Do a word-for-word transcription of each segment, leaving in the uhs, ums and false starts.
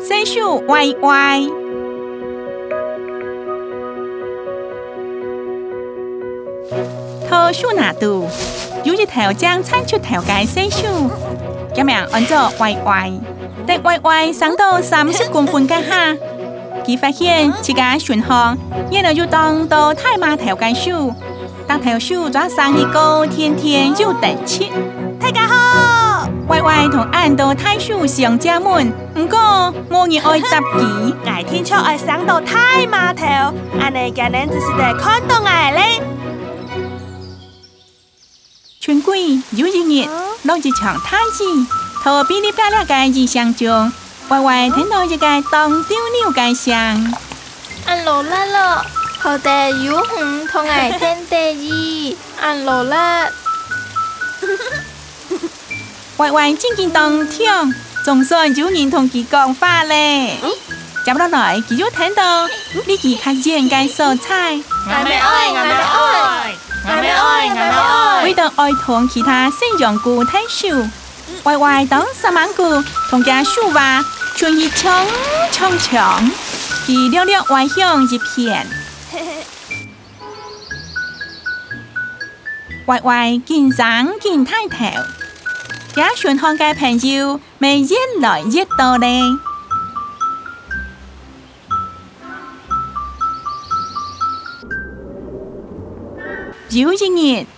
细树歪歪。桃树那度有一条將產出條界細樹，咁樣按做歪歪，但歪歪上到三十公分嘅下，佢發現自家船行原來要當到太馬條界樹，但條樹抓生一個天天要等切。 大家好， 歪歪同按到太樹上家門，唔過我亦愛搭佢。 我聽說愛上到太馬頭，安尼今年就是得看到我咧。 春季有一日，落一場大雨，頭噼里啪啦嘅異響中，歪歪聽到一個當丟鳥嘅聲。 按羅啦咯，後地有紅同我聽地意，按羅啦。 歪歪真見當聽，仲算有人同佢講話咧。接落來，佢又聽到呢幾客人嘅蔬菜。 我咪愛，我咪愛。我咪愛，我咪愛。 為到愛同其他西洋菇睇樹，歪歪當十萬菇同家樹話，全一長長長，佢略略歪向一片。歪歪見生見太頭，家船行嘅朋友咪越來越多咧。有一日，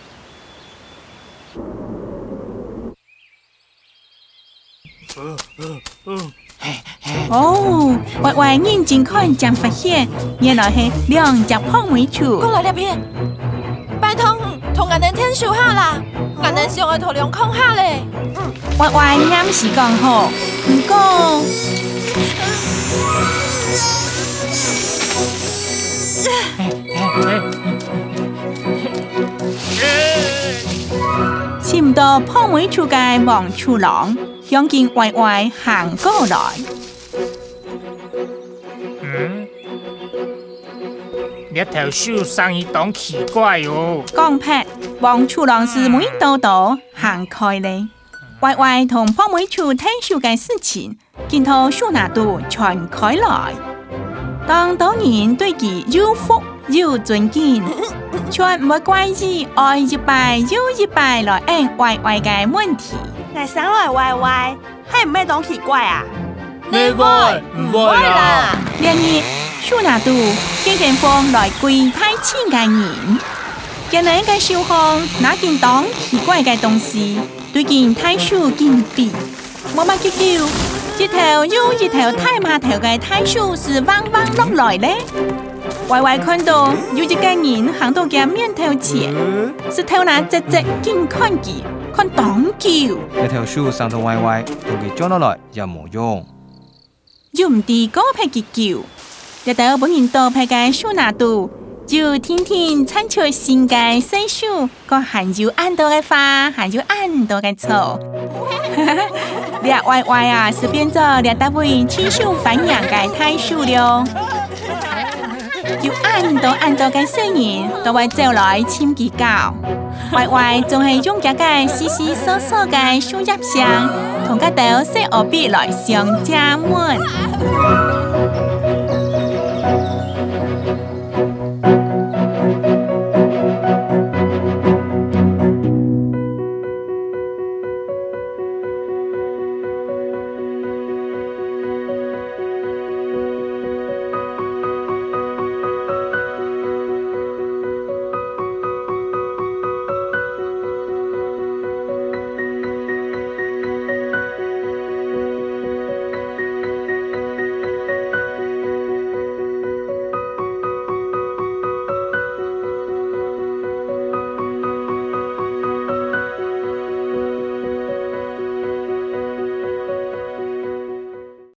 哦，歪歪認真看才發現，原來係兩隻泡梅樹。 過來呢邊，拜託同人哋聽數下啦，人哋上去同兩空下咧。 歪歪啱時講好，唔過。潛到泡梅樹嘅望樹廊，向見歪歪行過來。 嗯，呢條樹生意當奇怪哦。 講撇，望樹廊是每道道行開咧。歪歪同泡梅樹睇樹嘅事情，見到樹那度傳開來。當當然對佢有福有尊敬。全唔會怪意，愛一拜又一拜來按歪歪嘅問題。 我上來歪歪，係唔係當奇怪啊？ 你會唔會啦？ 然而，樹那度經經風來跪太千嘅人，見人嘅小巷那件當奇怪嘅東西，對件太樹見比，冇乜結叫，一條又一條太馬頭嘅太樹是彎彎落來咧。歪歪看到有一個人行到佢面頭前，是頭那直直見看佢，看當叫。 一條樹生到歪歪，同佢裝落來又冇用。 又唔知嗰批佢叫，一到本人到批嘅樹那度，就天天產出新嘅細樹，個還有按到嘅花，還有按到嘅草。你歪歪啊，是變咗兩大位親手繁養嘅太樹了。要按到按到嘅聲音，都會走來簽結交。歪歪仲係用一個細細疏疏嘅樹葉聲，同個豆細鵝筆來上家門。